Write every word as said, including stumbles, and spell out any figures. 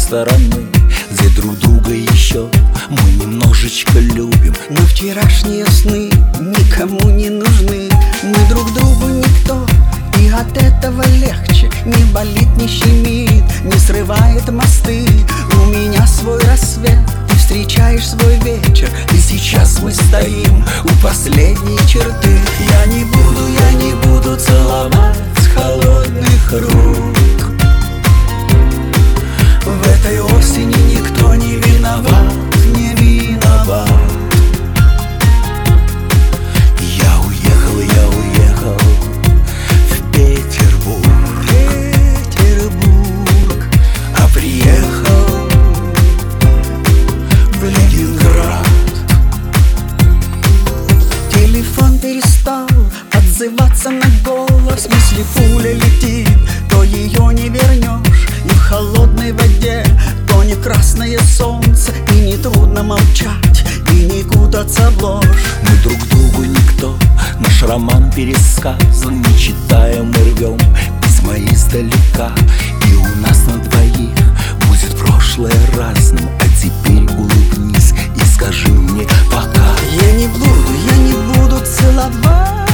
стороны, где друг друга еще мы немножечко любим. Но вчерашние сны никому не нужны. Мы друг другу никто, и от этого легче. Не болит, не щемит, не срывает мосты. У меня свой рассвет, ты встречаешь свой вечер. И сейчас мы стоим у последней черты. Я не буду, я не буду целовать с холодных рук. В этой осени никто не виноват, не виноват. Я уехал, я уехал в Петербург, Петербург, а приехал в Ленинград. Телефон перестал отзываться на голос. Если пуля летит, то ее не вернешь. И в холодной воде тонет красное солнце. И не трудно молчать, и не кутаться в ложь. Мы друг другу никто, наш роман пересказан. Не читая, мы рвем письма издалека. И у нас на двоих будет прошлое разным. А теперь улыбнись и скажи мне пока. Я не буду, я не буду целовать